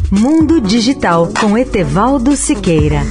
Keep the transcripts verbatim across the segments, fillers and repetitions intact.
Mundo Digital com Etevaldo Siqueira.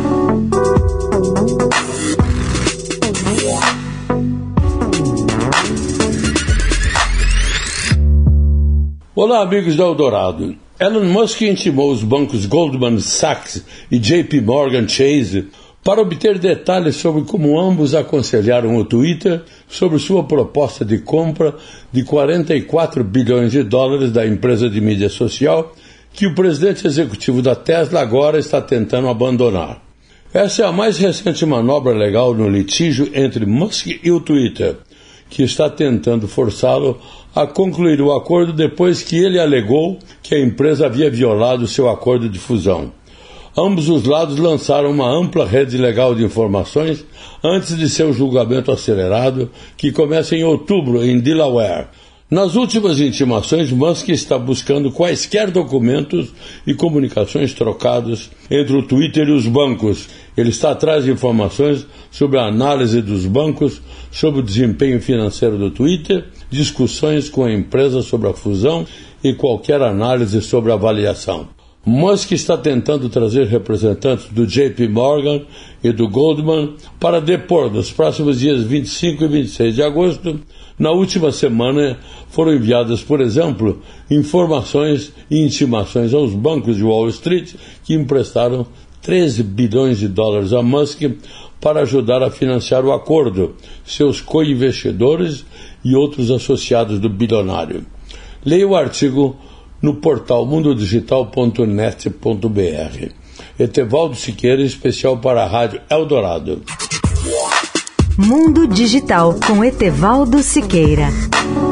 Olá, amigos do Eldorado. Elon Musk intimou os bancos Goldman Sachs e J P Morgan Chase para obter detalhes sobre como ambos aconselharam o Twitter sobre sua proposta de compra de quarenta e quatro bilhões de dólares da empresa de mídia social que o presidente executivo da Tesla agora está tentando abandonar. Essa é a mais recente manobra legal no litígio entre Musk e o Twitter, que está tentando forçá-lo a concluir o acordo depois que ele alegou que a empresa havia violado seu acordo de fusão. Ambos os lados lançaram uma ampla rede legal de informações antes de seu julgamento acelerado, que começa em outubro em Delaware. Nas últimas intimações, Musk está buscando quaisquer documentos e comunicações trocados entre o Twitter e os bancos. Ele está atrás de informações sobre a análise dos bancos, sobre o desempenho financeiro do Twitter, discussões com a empresa sobre a fusão e qualquer análise sobre a avaliação. Musk está tentando trazer representantes do J P Morgan e do Goldman para depor nos próximos dias vinte e cinco e vinte e seis de agosto. Na última semana foram enviadas, por exemplo, informações e intimações aos bancos de Wall Street que emprestaram treze bilhões de dólares a Musk para ajudar a financiar o acordo, seus co-investidores e outros associados do bilionário. Leia o artigo no portal mundo digital ponto net ponto b r. Etevaldo Siqueira, especial para a Rádio Eldorado. Mundo Digital com Etevaldo Siqueira.